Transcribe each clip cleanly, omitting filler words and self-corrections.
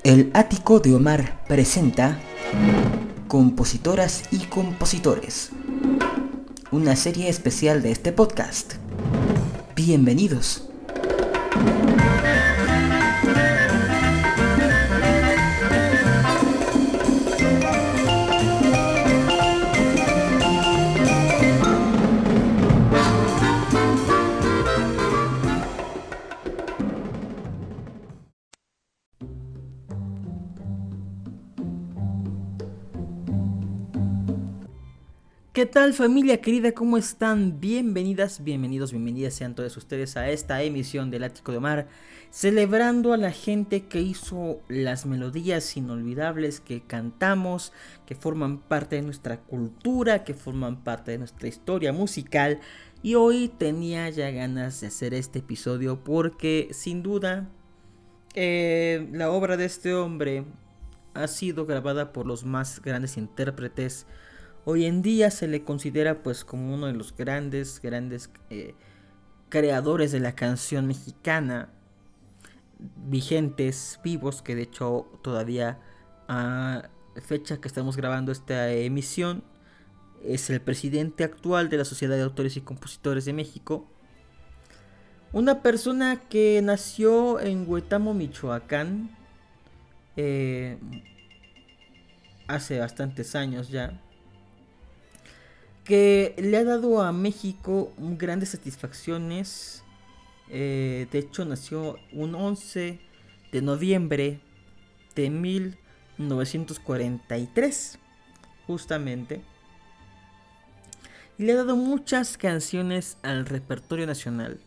El Ático de Omar presenta Compositoras y Compositores, una serie especial de este podcast. Bienvenidos. ¿Qué tal, familia querida? ¿Cómo están? Bienvenidas sean todos ustedes a esta emisión del Ático de Omar, celebrando a la gente que hizo las melodías inolvidables que cantamos, que forman parte de nuestra cultura, que forman parte de nuestra historia musical. Y hoy tenía ya ganas de hacer este episodio porque, sin duda, la obra de este hombre ha sido grabada por los más grandes intérpretes. Hoy en día se le considera pues como uno de los grandes creadores de la canción mexicana vigentes, vivos, que de hecho todavía a fecha que estamos grabando esta emisión es el presidente actual de la Sociedad de Autores y Compositores de México. Una persona que nació en Huetamo, Michoacán, hace bastantes años ya, que le ha dado a México grandes satisfacciones. De hecho, nació un 11 de noviembre de 1943, justamente. Y le ha dado muchas canciones al repertorio nacional,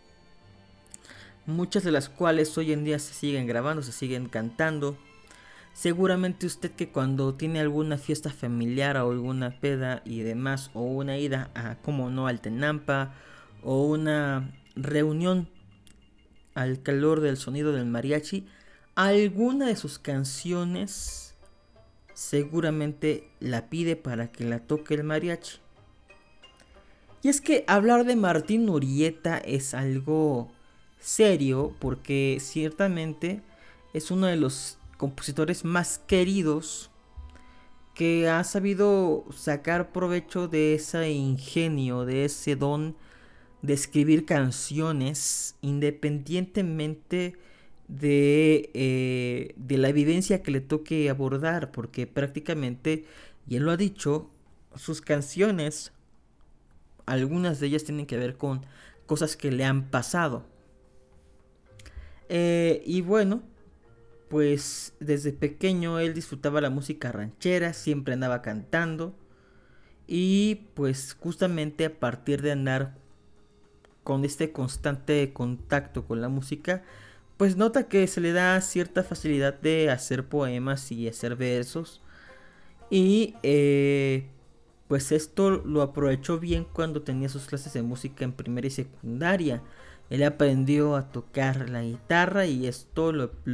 muchas de las cuales hoy en día se siguen grabando, se siguen cantando. Seguramente usted, que cuando tiene alguna fiesta familiar o alguna peda y demás, o una ida a, como no, al Tenampa, o una reunión al calor del sonido del mariachi, alguna de sus canciones seguramente la pide para que la toque el mariachi. Y es que hablar de Martín Urrieta es algo serio, porque ciertamente es uno de los compositores más queridos, que ha sabido sacar provecho de ese ingenio, de ese don de escribir canciones independientemente de la vivencia que le toque abordar, porque prácticamente, y él lo ha dicho, sus canciones, algunas de ellas tienen que ver con cosas que le han pasado. Y bueno, pues desde pequeño él disfrutaba la música ranchera, siempre andaba cantando. Y pues justamente a partir de andar con este constante contacto con la música, pues nota que se le da cierta facilidad de hacer poemas y hacer versos. Y pues esto lo aprovechó bien cuando tenía sus clases de música en primaria y secundaria. Él aprendió a tocar la guitarra y esto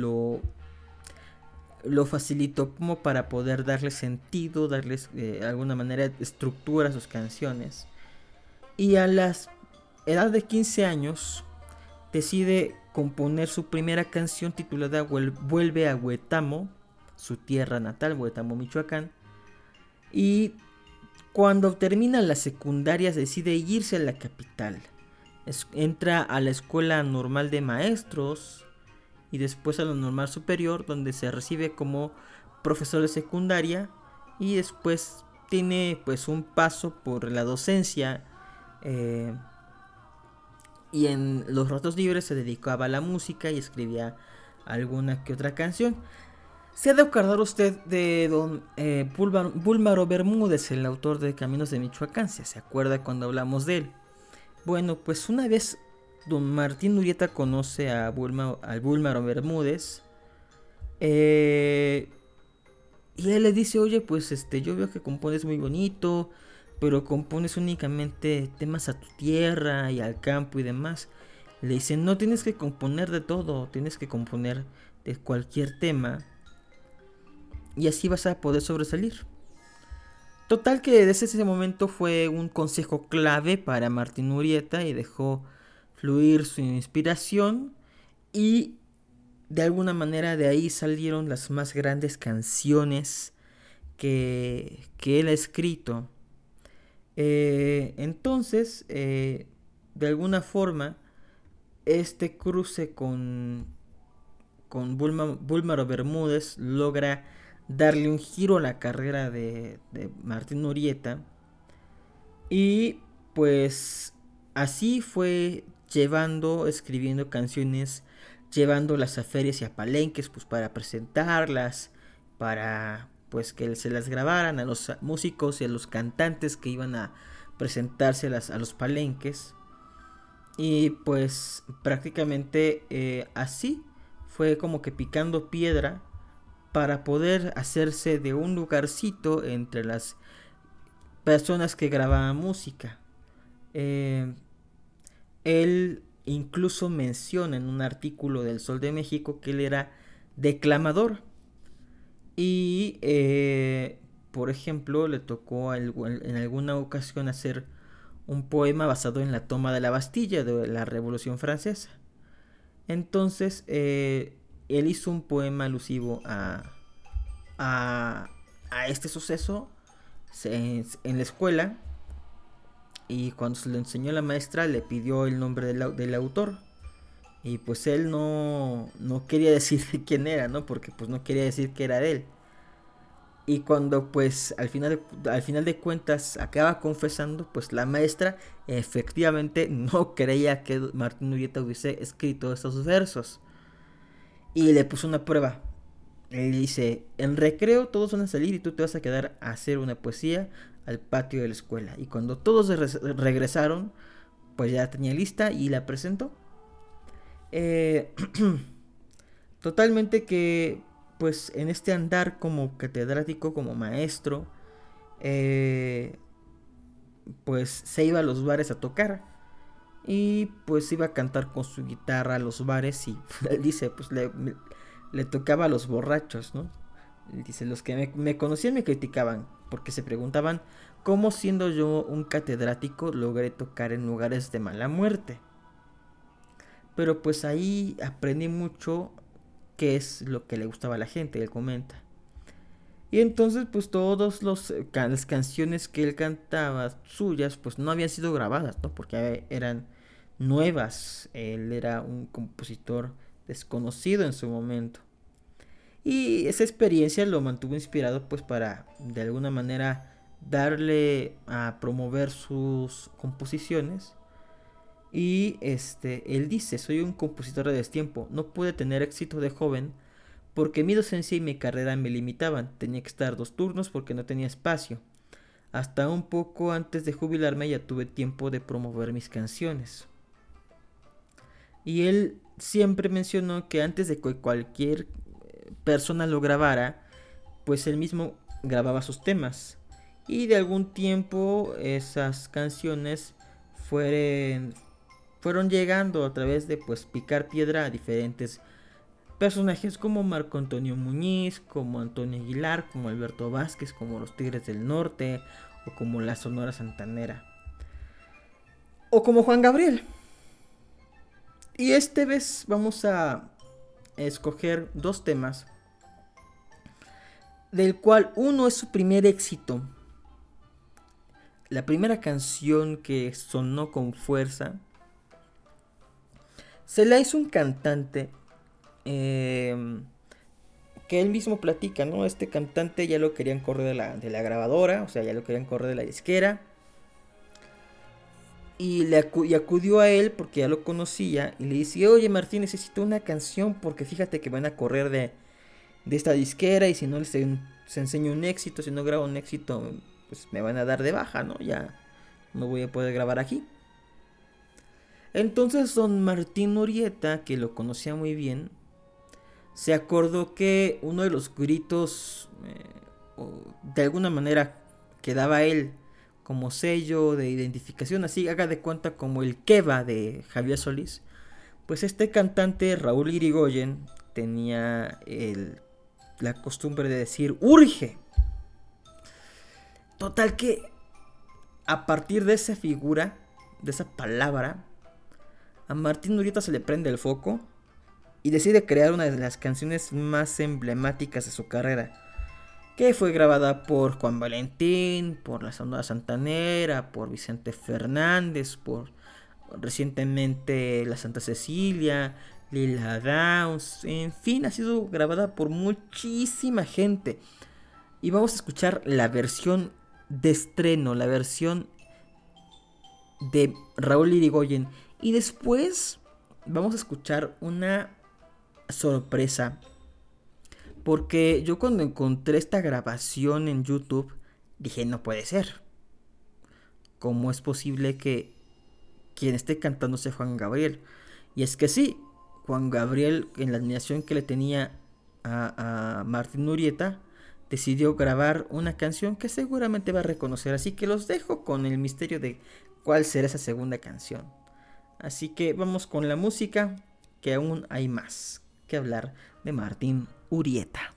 lo facilitó como para poder darle sentido, darles de alguna manera estructura a sus canciones. Y a la edad de 15 años decide componer su primera canción titulada Vuelve a Huetamo, su tierra natal, Huetamo, Michoacán. Y cuando termina la secundaria decide irse a la capital. Entra a la Escuela Normal de Maestros y después a la Normal Superior, donde se recibe como profesor de secundaria, y después tiene pues un paso por la docencia, y en los ratos libres se dedicaba a la música y escribía alguna que otra canción. Se ha de acordar usted de don Búlmaro Bermúdez, el autor de Caminos de Michoacán. ¿Se acuerda cuando hablamos de él? Bueno, pues una vez don Martín Urrieta conoce al Búlmaro Bermúdez, y él le dice: oye, pues yo veo que compones muy bonito, pero compones únicamente temas a tu tierra y al campo y demás. Le dice: no, tienes que componer de todo, tienes que componer de cualquier tema, y así vas a poder sobresalir. Total que desde ese momento fue un consejo clave para Martín Urrieta y dejó fluir su inspiración, y de alguna manera de ahí salieron las más grandes canciones que él ha escrito. Entonces, de alguna forma, este cruce con Búlmaro Bermúdez logra darle un giro a la carrera de Martín Urrieta. Y pues así fue escribiendo canciones, llevándolas a ferias y a palenques, pues para presentarlas, para pues que se las grabaran a los músicos y a los cantantes que iban a presentárselas a los palenques. Y pues prácticamente así fue como que picando piedra para poder hacerse de un lugarcito entre las personas que grababan música. Eh, Él incluso menciona en un artículo del Sol de México que él era declamador. Y, por ejemplo, le tocó en alguna ocasión hacer un poema basado en la toma de la Bastilla de la Revolución Francesa. Entonces, él hizo un poema alusivo a este suceso en la escuela. Y cuando se lo enseñó la maestra, le pidió el nombre del autor. Y pues él no quería decir quién era, ¿no? Porque pues no quería decir que era de él. Y cuando pues al final de cuentas acaba confesando, pues la maestra efectivamente no creía que Martín Urrieta hubiese escrito esos versos. Y le puso una prueba. Le dice, en recreo todos van a salir y tú te vas a quedar a hacer una poesía al patio de la escuela. Y cuando todos regresaron, pues ya tenía lista y la presentó. Totalmente que pues en este andar como catedrático, como maestro, pues se iba a los bares a tocar. Y pues iba a cantar con su guitarra a los bares. Y él dice, pues le tocaba a los borrachos, ¿no? Él dice, los que me conocían me criticaban porque se preguntaban cómo siendo yo un catedrático logré tocar en lugares de mala muerte. Pero pues ahí aprendí mucho qué es lo que le gustaba a la gente, él comenta. Y entonces pues todas las canciones que él cantaba suyas pues no habían sido grabadas, ¿no? Porque eran nuevas. Él era un compositor desconocido en su momento. Y esa experiencia lo mantuvo inspirado pues para de alguna manera darle a promover sus composiciones. Y él dice, soy un compositor de destiempo, no pude tener éxito de joven porque mi docencia y mi carrera me limitaban, tenía que estar 2 turnos porque no tenía espacio. Hasta un poco antes de jubilarme ya tuve tiempo de promover mis canciones. Y él siempre mencionó que antes de que cualquier persona lo grabara, pues él mismo grababa sus temas. Y de algún tiempo esas canciones fueron llegando a través de pues picar piedra a diferentes personajes como Marco Antonio Muñiz, como Antonio Aguilar, como Alberto Vázquez, como los Tigres del Norte o como la Sonora Santanera o como Juan Gabriel. Y esta vez vamos a escoger 2 temas, del cual uno es su primer éxito. La primera canción que sonó con fuerza se la hizo un cantante que él mismo platica, ¿no? Este cantante ya lo querían correr de la grabadora, o sea, ya lo querían correr de la disquera. Y acudió a él porque ya lo conocía y le dice, oye Martín, necesito una canción porque fíjate que van a correr de esta disquera y si no se enseña un éxito, si no grabo un éxito, pues me van a dar de baja, ¿no? Ya no voy a poder grabar aquí. Entonces don Martín Urrieta, que lo conocía muy bien, se acordó que uno de los gritos, de alguna manera, que daba él como sello de identificación, así haga de cuenta como el Keba de Javier Solís, pues este cantante Raúl Irigoyen tenía la costumbre de decir urge. Total que a partir de esa figura, de esa palabra, a Martín Urrieta se le prende el foco y decide crear una de las canciones más emblemáticas de su carrera, que fue grabada por Juan Valentín, por la Sonora Santanera, por Vicente Fernández, por recientemente la Santa Cecilia, Lila Downs, en fin, ha sido grabada por muchísima gente. Y vamos a escuchar la versión de estreno, la versión de Raúl Irigoyen. Y después vamos a escuchar una sorpresa, porque yo cuando encontré esta grabación en YouTube dije, no puede ser. ¿Cómo es posible que quien esté cantando sea Juan Gabriel? Y es que sí, Juan Gabriel, en la admiración que le tenía a Martín Urieta, decidió grabar una canción que seguramente va a reconocer. Así que los dejo con el misterio de cuál será esa segunda canción. Así que vamos con la música, que aún hay más que hablar de Martín Urieta.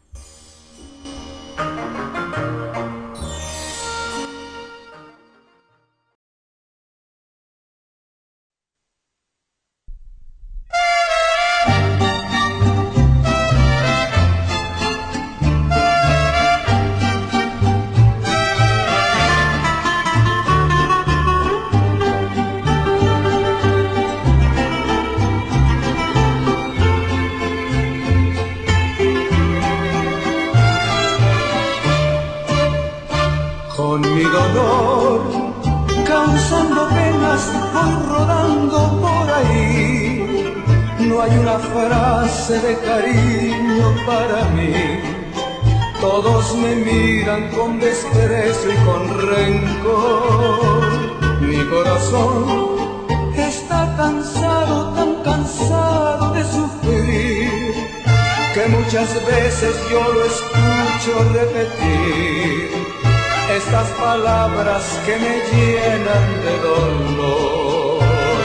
Con mi dolor, causando penas, voy rodando por ahí. No hay una frase de cariño para mí. Todos me miran con desprecio y con rencor. Mi corazón está cansado, tan cansado de sufrir, que muchas veces yo lo escucho repetir estas palabras que me llenan de dolor.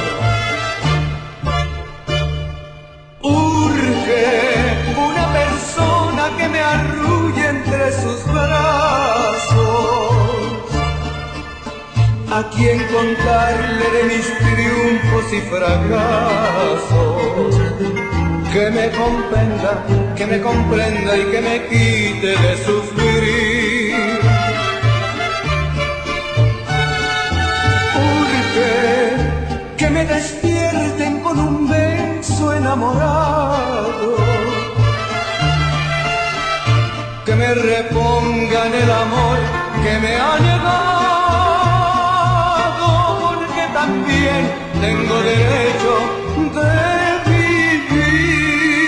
Urge una persona que me arrulle entre sus brazos, a quien contarle de mis triunfos y fracasos, que me comprenda y que me quite de sufrir. Que me despierten con un beso enamorado, que me repongan el amor que me ha negado, porque también tengo derecho de vivir.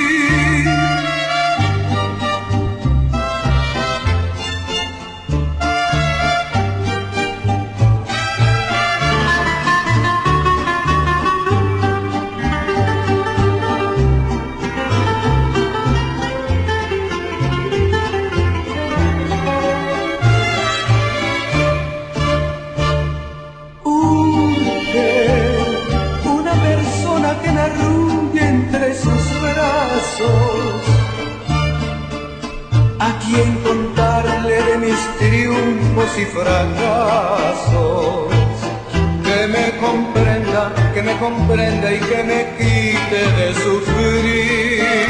A quien contarle de mis triunfos y fracasos, que me comprenda y que me quite de sufrir.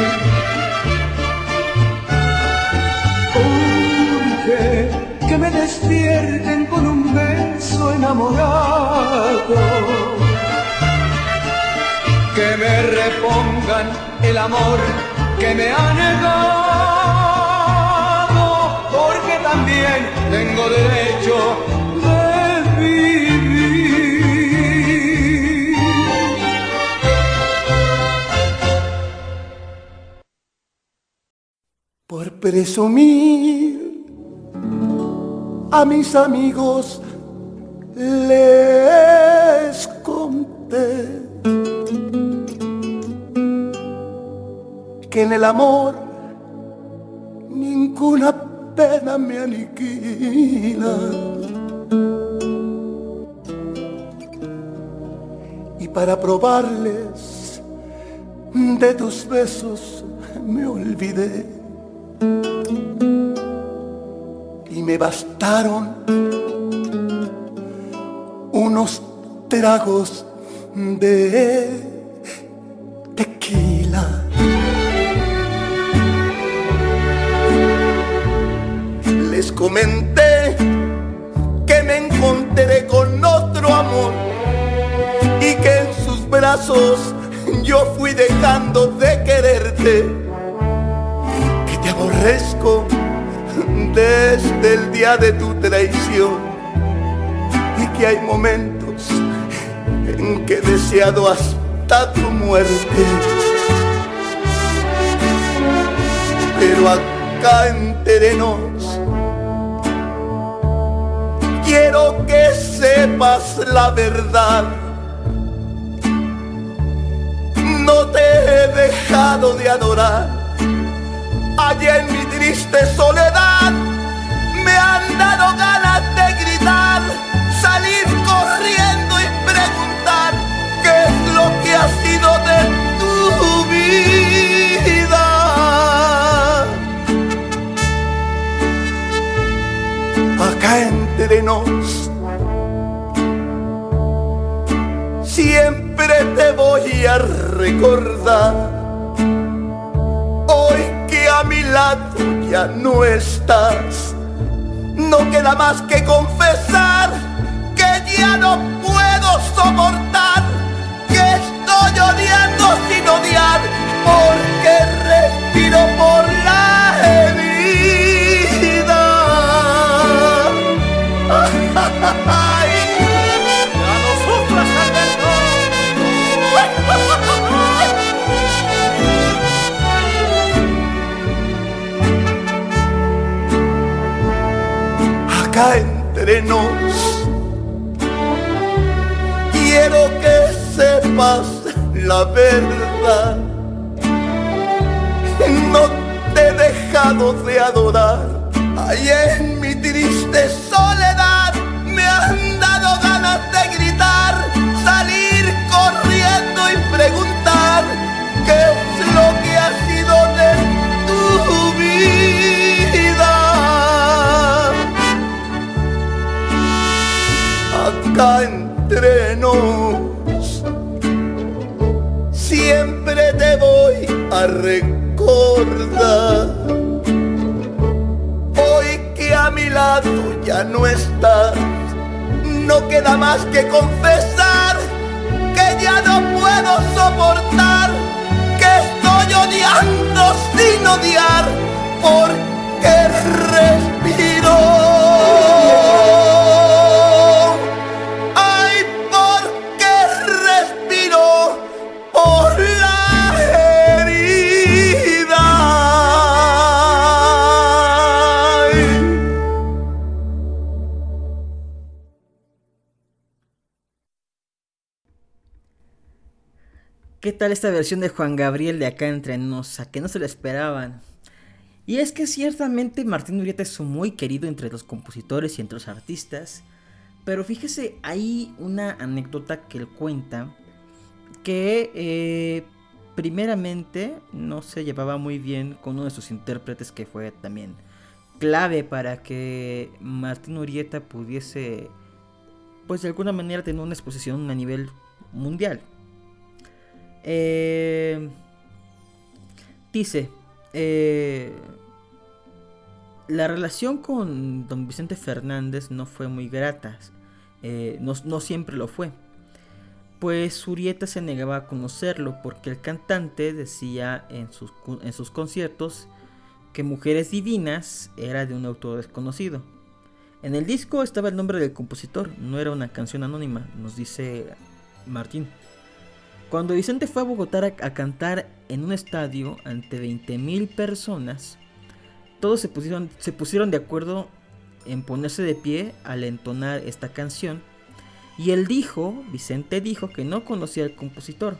Urge que me despierten con un beso enamorado, que me repongan el amor que me ha negado, porque también tengo derecho de vivir. Por presumir a mis amigos les conté que en el amor ninguna pena me aniquila, y para probarles de tus besos me olvidé, y me bastaron unos tragos de tequila. comenté que me encontré con otro amor y que en sus brazos yo fui dejando de quererte, que te aborrezco desde el día de tu traición y que hay momentos en que he deseado hasta tu muerte. Pero acá entre nos quiero que sepas la verdad. No te he dejado de adorar. Allá en mi triste soledad me han dado ganas de gritar, salir corriendo y preguntar qué es lo que ha sido de tu vida. Acá entre nos siempre te voy a recordar. Hoy que a mi lado ya no estás, no queda más que confesar que ya no puedo soportar, que estoy odiando sin odiar, porque respiro por la herida. Ay, ya no sufras, Alberto. Acá entre nos quiero que sepas la verdad. No te he dejado de adorar. Ahí en mi triste soledad me han dado ganas de gritar, salir corriendo y preguntar qué es lo que ha sido de tu vida. Acá entre nos siempre te voy a recordar. Hoy que a mi lado ya no estás, no queda más que confesar que ya no puedo soportar, que estoy odiando sin odiar, porque respiro. Ay, porque respiro por la herida. ¿Qué tal esta versión de Juan Gabriel de Acá entre nos? A que no se lo esperaban. Y es que ciertamente Martín Urrieta es muy querido entre los compositores y entre los artistas. Pero fíjese, hay una anécdota que él cuenta que primeramente no se llevaba muy bien con uno de sus intérpretes, que fue también clave para que Martín Urrieta pudiese, pues de alguna manera, tener una exposición a nivel mundial. Dice, la relación con don Vicente Fernández no fue muy grata, no siempre lo fue, pues Urrieta se negaba a conocerlo porque el cantante decía en sus conciertos que Mujeres Divinas era de un autor desconocido. En el disco estaba el nombre del compositor, no era una canción anónima, nos dice Martín. Cuando Vicente fue a Bogotá a cantar en un estadio ante 20,000 personas, todos se pusieron de acuerdo en ponerse de pie al entonar esta canción, y Vicente dijo que no conocía al compositor.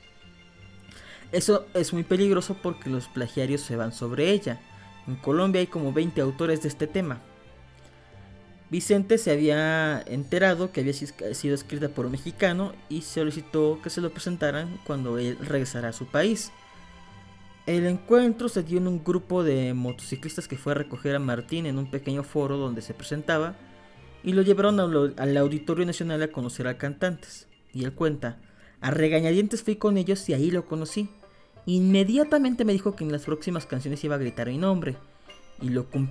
Eso es muy peligroso porque los plagiarios se van sobre ella. En Colombia hay como 20 autores de este tema. Vicente se había enterado que había sido escrita por un mexicano y solicitó que se lo presentaran cuando él regresara a su país. El encuentro se dio en un grupo de motociclistas que fue a recoger a Martín en un pequeño foro donde se presentaba y lo llevaron al Auditorio Nacional a conocer a cantantes. Y él cuenta: a regañadientes fui con ellos y ahí lo conocí. Inmediatamente me dijo que en las próximas canciones iba a gritar mi nombre, y lo cumplió.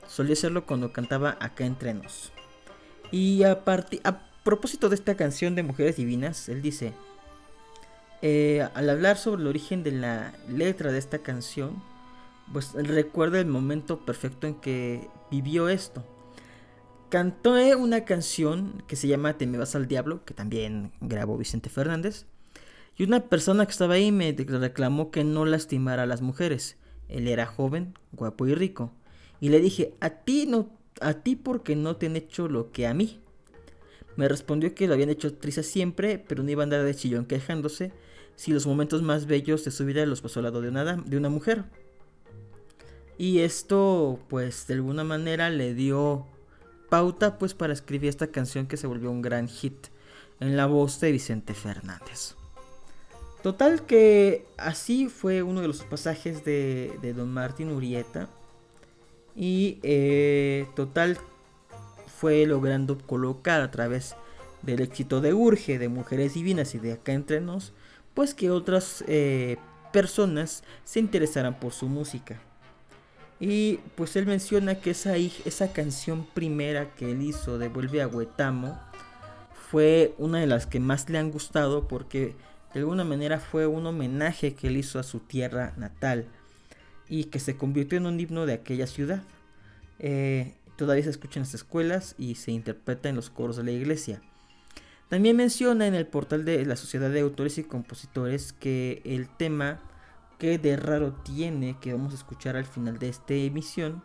Solía hacerlo cuando cantaba Acá Entre Nos. Y a propósito de esta canción de Mujeres Divinas, él dice, al hablar sobre el origen de la letra de esta canción, pues recuerda el momento perfecto en que vivió esto. Cantó una canción que se llama Te me vas al diablo, que también grabó Vicente Fernández. Y una persona que estaba ahí me reclamó que no lastimara a las mujeres. Él era joven, guapo y rico. Y le dije, a ti porque no te han hecho lo que a mí. Me respondió que lo habían hecho trizas siempre, pero no iba a andar de chillón quejándose si los momentos más bellos de su vida los pasó al lado de una mujer. Y esto, pues, de alguna manera le dio pauta, pues, para escribir esta canción que se volvió un gran hit en la voz de Vicente Fernández. Total que así fue uno de los pasajes de don Martín Urrieta. Y total fue logrando colocar a través del éxito de Urge, de Mujeres Divinas y de Acá Entre Nos, pues que otras personas se interesaran por su música. Y pues él menciona que esa canción primera que él hizo de Vuelve a Huetamo fue una de las que más le han gustado, porque de alguna manera fue un homenaje que él hizo a su tierra natal y que se convirtió en un himno de aquella ciudad. Todavía se escucha en las escuelas y se interpreta en los coros de la iglesia. También menciona en el portal de la Sociedad de Autores y Compositores que el tema que de raro tiene, que vamos a escuchar al final de esta emisión,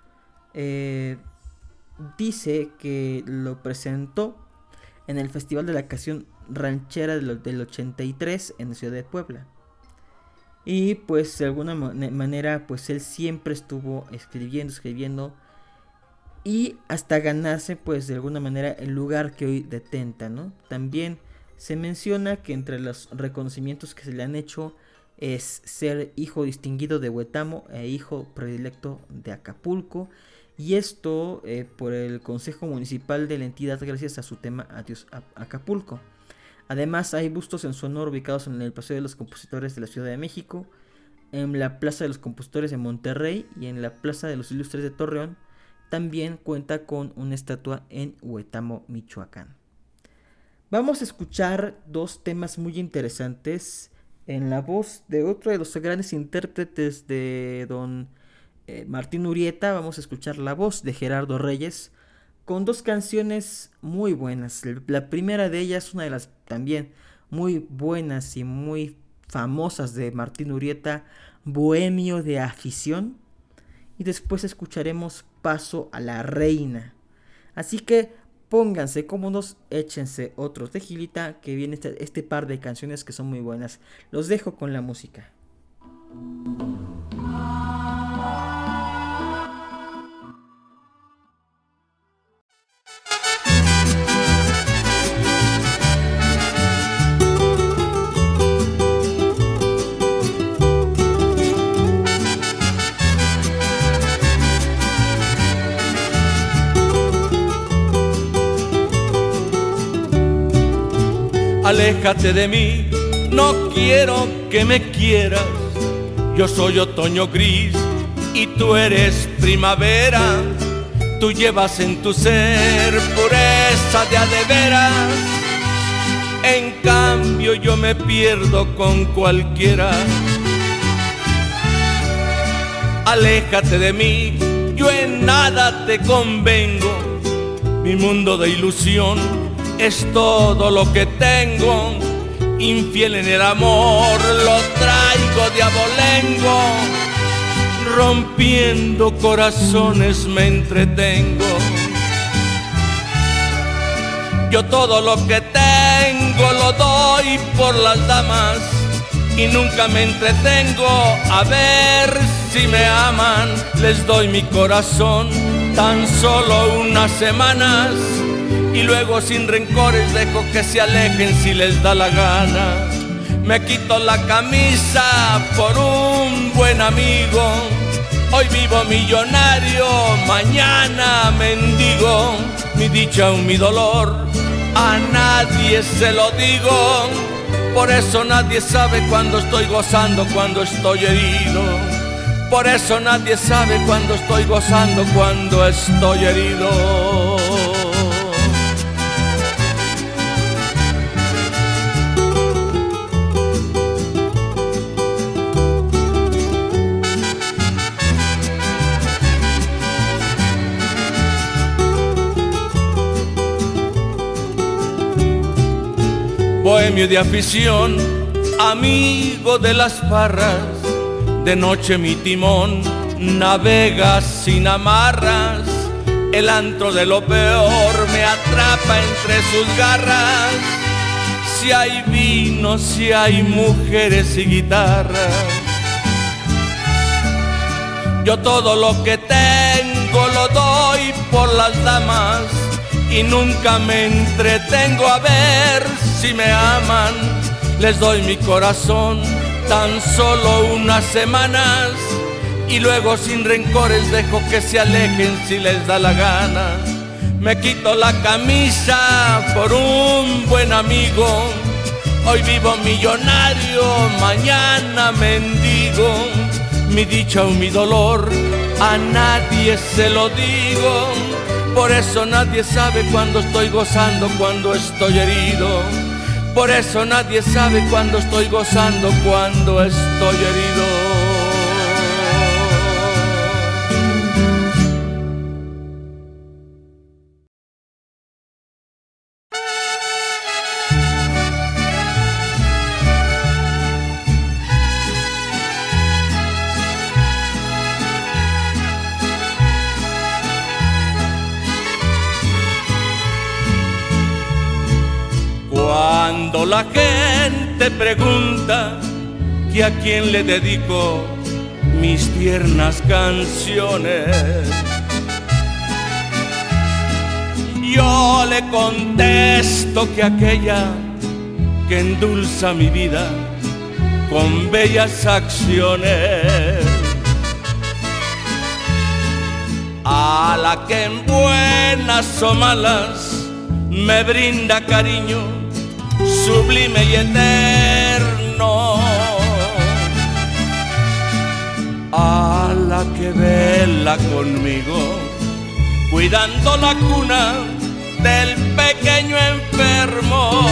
dice que lo presentó en el Festival de la Canción Ranchera del 83 en la ciudad de Puebla. Y pues de alguna manera pues él siempre estuvo escribiendo y hasta ganarse pues de alguna manera el lugar que hoy detenta, ¿no? También se menciona que entre los reconocimientos que se le han hecho es ser hijo distinguido de Huetamo e hijo predilecto de Acapulco, y esto por el Consejo Municipal de la entidad gracias a su tema Adiós a Acapulco. Además hay bustos en su honor ubicados en el Paseo de los Compositores de la Ciudad de México, en la Plaza de los Compositores de Monterrey y en la Plaza de los Ilustres de Torreón. También cuenta con una estatua en Huetamo, Michoacán. Vamos a escuchar dos temas muy interesantes en la voz de otro de los grandes intérpretes de don Martín Urrieta. Vamos a escuchar la voz de Gerardo Reyes con dos canciones muy buenas. La primera de ellas, una de las también muy buenas y muy famosas de Martín Urrieta, Bohemio de Afición. Y después escucharemos Paso a la Reina. Así que pónganse cómodos, échense otros de Gilita, que viene este par de canciones que son muy buenas. Los dejo con la música. Aléjate de mí, no quiero que me quieras. Yo soy otoño gris y tú eres primavera. Tú llevas en tu ser pureza de a de veras. En cambio yo me pierdo con cualquiera. Aléjate de mí, yo en nada te convengo. Mi mundo de ilusión es todo lo que tengo. Infiel en el amor, lo traigo de abolengo. Rompiendo corazones me entretengo. Yo todo lo que tengo lo doy por las damas y nunca me entretengo a ver si me aman. Les doy mi corazón tan solo unas semanas y luego sin rencores dejo que se alejen si les da la gana. Me quito la camisa por un buen amigo. Hoy vivo millonario, mañana mendigo. Mi dicha o mi dolor a nadie se lo digo. Por eso nadie sabe cuando estoy gozando, cuando estoy herido. Por eso nadie sabe cuando estoy gozando, cuando estoy herido. Bohemio de afición, amigo de las farras, de noche mi timón navega sin amarras. El antro de lo peor me atrapa entre sus garras. Si hay vino, si hay mujeres y guitarras, yo todo lo que tengo lo doy por las damas y nunca me entretengo a ver si me aman. Les doy mi corazón tan solo unas semanas y luego sin rencores dejo que se alejen si les da la gana. Me quito la camisa por un buen amigo. Hoy vivo millonario, mañana mendigo. Mi dicha o mi dolor a nadie se lo digo. Por eso nadie sabe cuando estoy gozando, cuando estoy herido. Por eso nadie sabe cuando estoy gozando, cuando estoy herido. Cuando la gente pregunta que a quién le dedico mis tiernas canciones, yo le contesto que aquella que endulza mi vida con bellas acciones, a la que en buenas o malas me brinda cariño sublime y eterno, a la que vela conmigo cuidando la cuna del pequeño enfermo,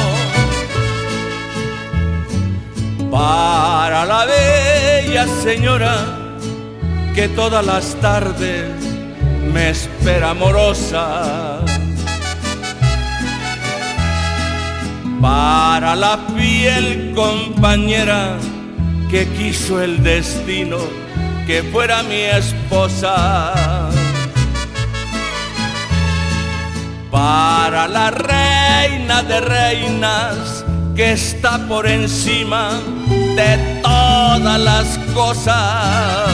para la bella señora que todas las tardes me espera amorosa, para la fiel compañera que quiso el destino que fuera mi esposa, para la reina de reinas que está por encima de todas las cosas,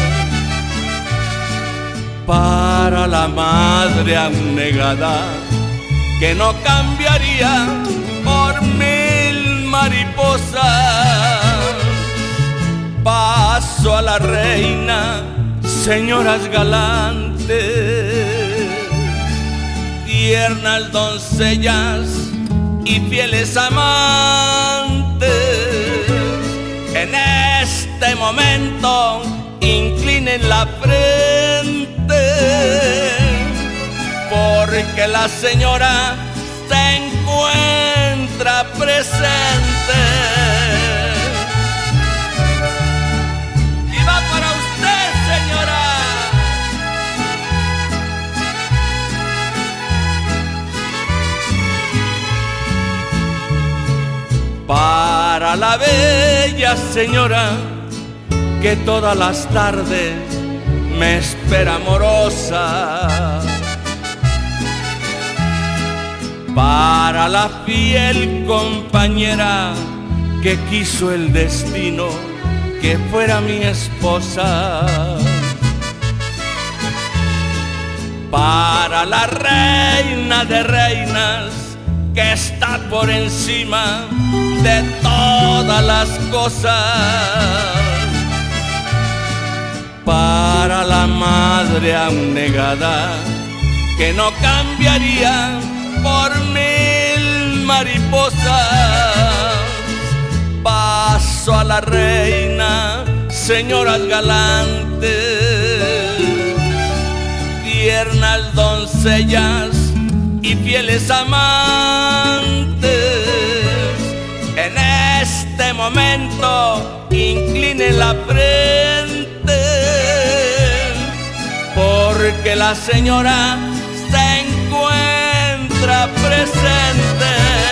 para la madre abnegada que no cambiaría por 1000 mariposas. Paso a la reina, señoras galantes, tiernas doncellas y fieles amantes. En este momento inclinen la frente, porque la señora se encuentra presente. Y va para usted, señora. Para la bella señora que todas las tardes me espera amorosa, para la fiel compañera que quiso el destino que fuera mi esposa, para la reina de reinas que está por encima de todas las cosas, para la madre abnegada que no cambiaría por 1000 mariposas. Paso a la reina, señoras galantes, tiernas doncellas y fieles amantes. En este momento incline la frente, porque la señora se encuentra presente.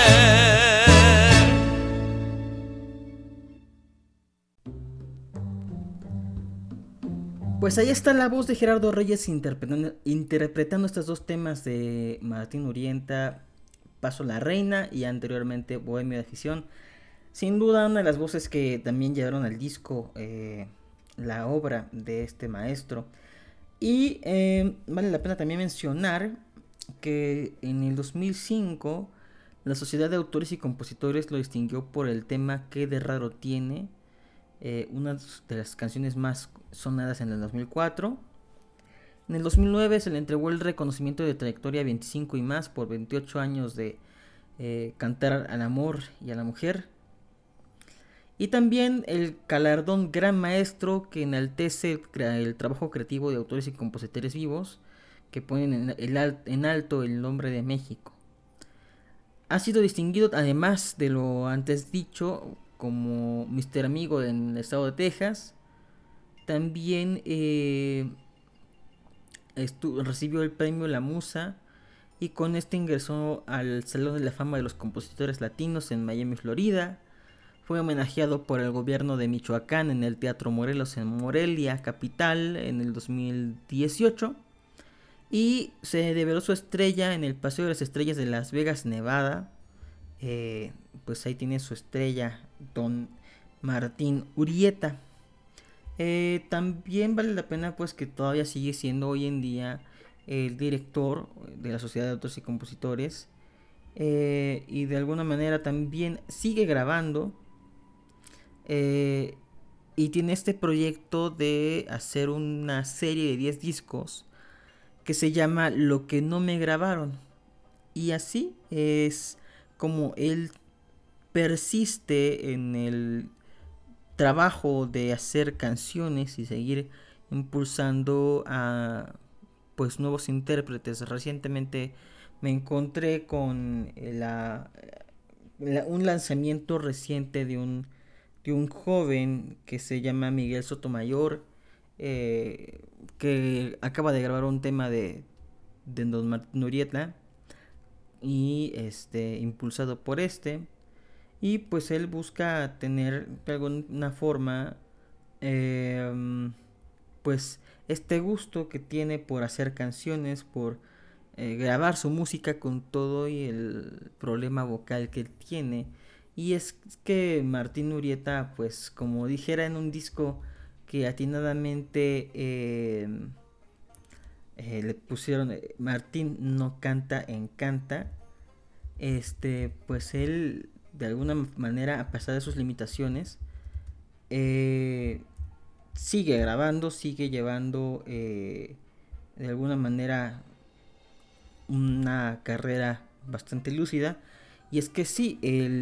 Pues ahí está la voz de Gerardo Reyes interpretando estos dos temas de Martín Urieta, Paso la Reina y anteriormente Bohemio de Afición. Sin duda una de las voces que también llevaron al disco la obra de este maestro. Y vale la pena también mencionar que en el 2005 la Sociedad de Autores y Compositores lo distinguió por el tema ¿Qué de raro tiene? Una de las canciones más sonadas en el 2004. En el 2009 se le entregó el reconocimiento de trayectoria 25 y más por 28 años de cantar al amor y a la mujer. Y también el galardón Gran Maestro, que enaltece el trabajo creativo de autores y compositores vivos que ponen en alto el nombre de México. Ha sido distinguido, además de lo antes dicho, como Mr. Amigo en el estado de Texas. También recibió el premio La Musa y con este ingresó al Salón de la Fama de los Compositores Latinos en Miami, Florida. Fue homenajeado por el gobierno de Michoacán en el Teatro Morelos en Morelia, capital, en el 2018. Y se develó su estrella en el Paseo de las Estrellas de Las Vegas, Nevada. Pues ahí tiene su estrella don Martín Urieta. También vale la pena pues que todavía sigue siendo hoy en día el director de la Sociedad de Autores y Compositores, y de alguna manera también sigue grabando, y tiene este proyecto de hacer una serie de 10 discos que se llama Lo que no me grabaron, y así es como él persiste en el trabajo de hacer canciones y seguir impulsando a pues nuevos intérpretes. Recientemente me encontré con un lanzamiento reciente de un joven que se llama Miguel Sotomayor, que acaba de grabar un tema de don Martín Urieta y impulsado por y pues él busca tener de alguna forma pues este gusto que tiene por hacer canciones, por grabar su música con todo y el problema vocal que él tiene. Y es que Martín Urieta, pues como dijera en un disco que atinadamente le pusieron Martín no canta, encanta. Pues él de alguna manera, a pesar de sus limitaciones, sigue grabando, sigue llevando de alguna manera una carrera bastante lúcida. Y es que sí,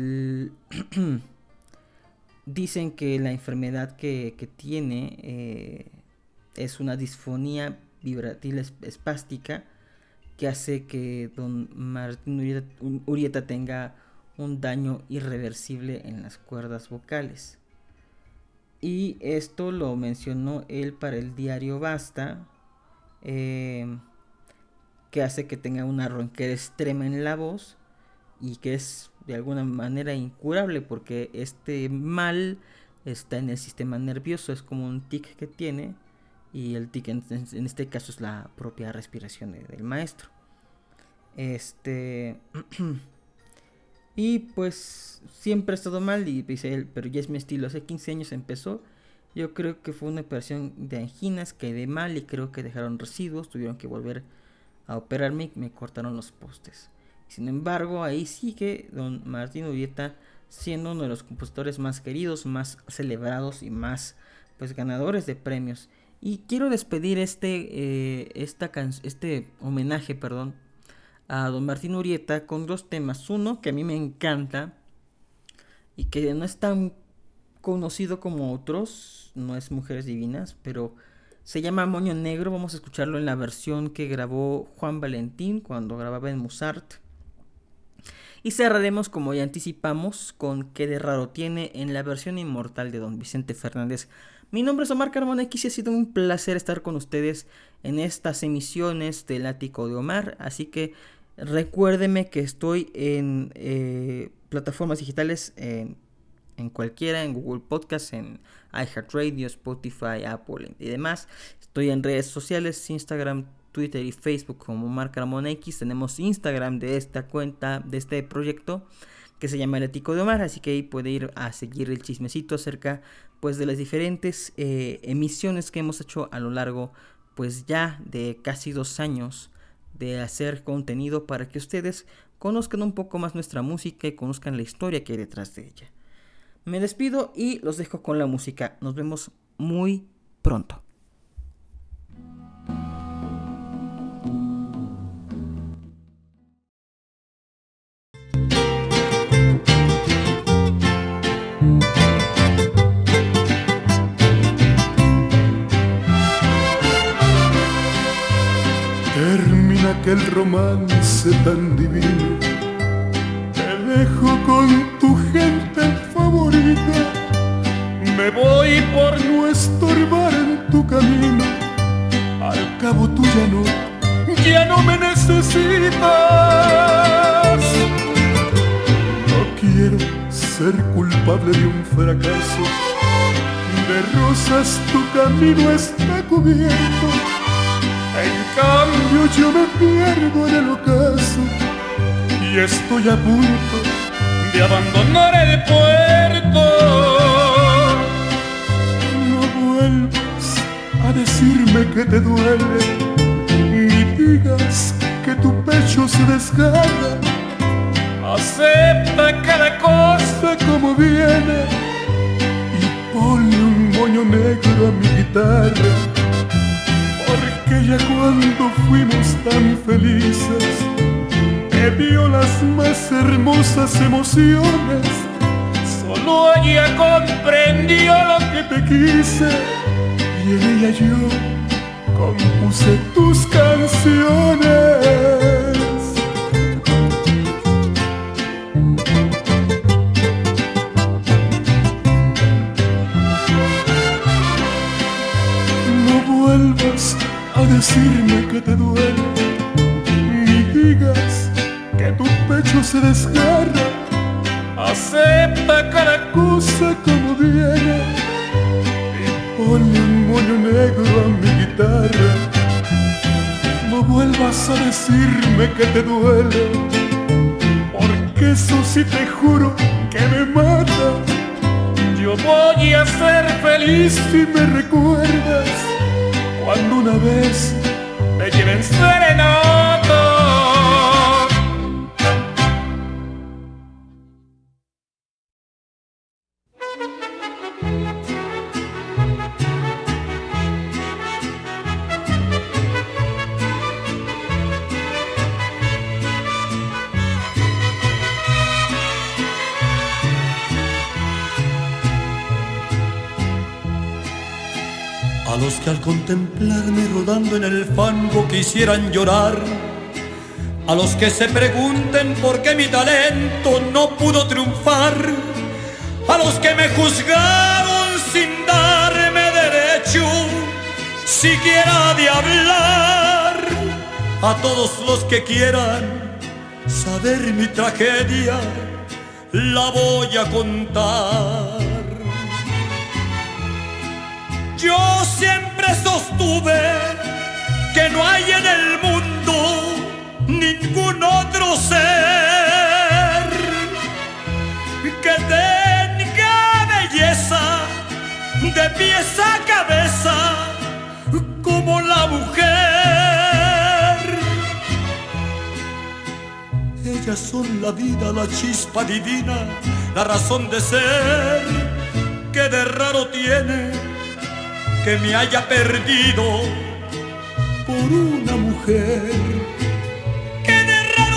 dicen que la enfermedad que tiene es una disfonía vibratil espástica que hace que don Martín Urieta tenga un daño irreversible en las cuerdas vocales. Y esto lo mencionó él para el diario Basta, que hace que tenga una ronquera extrema en la voz y que es de alguna manera incurable porque este mal está en el sistema nervioso, es como un tic que tiene, y el tic en este caso es la propia respiración del maestro. Y pues siempre ha estado mal, y dice él, pero ya es mi estilo. Hace 15 años empezó. Yo creo que fue una operación de anginas, quedé mal y creo que dejaron residuos, tuvieron que volver a operarme y me cortaron los postes. Sin embargo, ahí sigue don Martín Urieta siendo uno de los compositores más queridos, más celebrados y más pues ganadores de premios. Y quiero despedir este homenaje, a don Martín Urieta con dos temas. Uno que a mí me encanta y que no es tan conocido como otros, no es Mujeres Divinas, pero se llama Moño Negro. Vamos a escucharlo en la versión que grabó Juan Valentín cuando grababa en Musart. Y cerraremos, como ya anticipamos, con Qué de raro tiene en la versión inmortal de Don Vicente Fernández. Mi nombre es Omar Carmona X y ha sido un placer estar con ustedes en estas emisiones del Ático de Omar. Así que recuérdeme que estoy en plataformas digitales, en cualquiera, en Google Podcast, en iHeartRadio, Spotify, Apple y demás. Estoy en redes sociales, Instagram, Twitter y Facebook como Omar Carmona X. Tenemos Instagram de esta cuenta, de este proyecto que se llama El Ático de Omar, así que ahí puede ir a seguir el chismecito acerca pues de las diferentes emisiones que hemos hecho a lo largo pues ya de casi 2 años de hacer contenido para que ustedes conozcan un poco más nuestra música y conozcan la historia que hay detrás de ella. Me despido y los dejo con la música. Nos vemos muy pronto. Termina aquel romance tan divino, te dejo con tu gente favorita, me voy por no estorbar en tu camino, al cabo tú ya no me necesitas. No quiero ser culpable de un fracaso, de rosas tu camino está cubierto. En cambio yo me pierdo en el ocaso y estoy a punto de abandonar el puerto. No vuelvas a decirme que te duele, ni digas que tu pecho se desgarra. Acepta cada cosa como viene y ponle un moño negro a mi guitarra. Porque ya cuando fuimos tan felices, me vio las más hermosas emociones. Solo ella comprendió lo que te quise y en ella yo compuse tus canciones. No vuelvas a decirme que te duele, ni digas que tu pecho se desgarra. Acepta cada cosa como viene y ponle un moño negro a mi guitarra. No vuelvas a decirme que te duele, porque eso sí te juro que me mata. Yo voy a ser feliz si me recuerdas cuando una vez me lleven serenata. A los que al contemplarme rodando en el fango quisieran llorar, a los que se pregunten por qué mi talento no pudo triunfar, a los que me juzgaron sin darme derecho siquiera de hablar, a todos los que quieran saber mi tragedia, la voy a contar. Yo siempre sostuve que no hay en el mundo ningún otro ser que tenga belleza de pies a cabeza como la mujer. Ellas son la vida, la chispa divina, la razón de ser que de raro tiene que me haya perdido por una mujer. ¿Qué de raro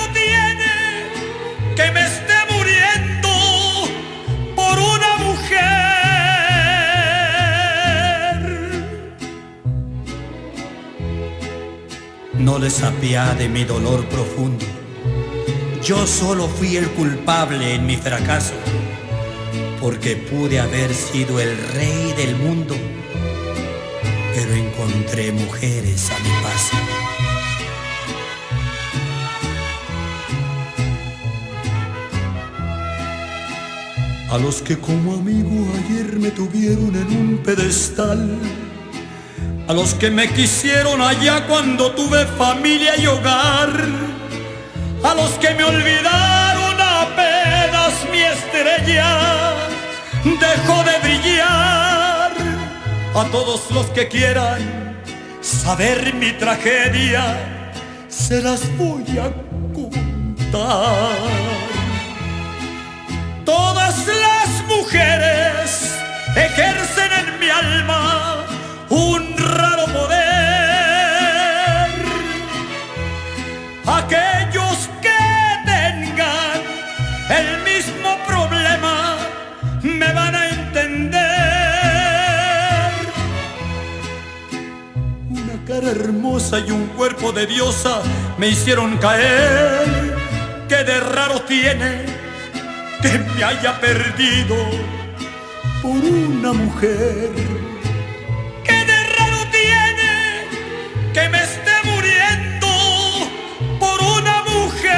tiene que me esté muriendo por una mujer? no les apiade mi dolor profundo. Yo solo fui el culpable en mi fracaso, porque pude haber sido el rey del mundo, pero encontré mujeres a mi paso. A los que como amigo ayer me tuvieron en un pedestal, a los que me quisieron allá cuando tuve familia y hogar, a los que me olvidaron apenas mi estrella dejó de brillar, a todos los que quieran saber mi tragedia, se las voy a contar. Todas las mujeres ejercen en mi alma un raro poder. Aquellos que tengan el mismo problema me van a entender. Una cara hermosa y un cuerpo de diosa me hicieron caer. ¿Qué de raro tiene que me haya perdido por una mujer? ¿Qué de raro tiene que me esté muriendo por una mujer?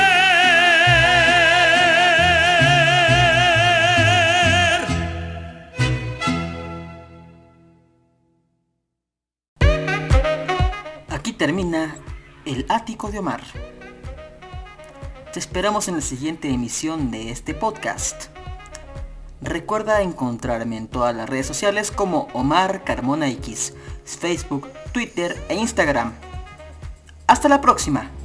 Aquí termina El Ático de Omar. Te esperamos en la siguiente emisión de este podcast. Recuerda encontrarme en todas las redes sociales como Omar Carmona X, Facebook, Twitter e Instagram. Hasta la próxima.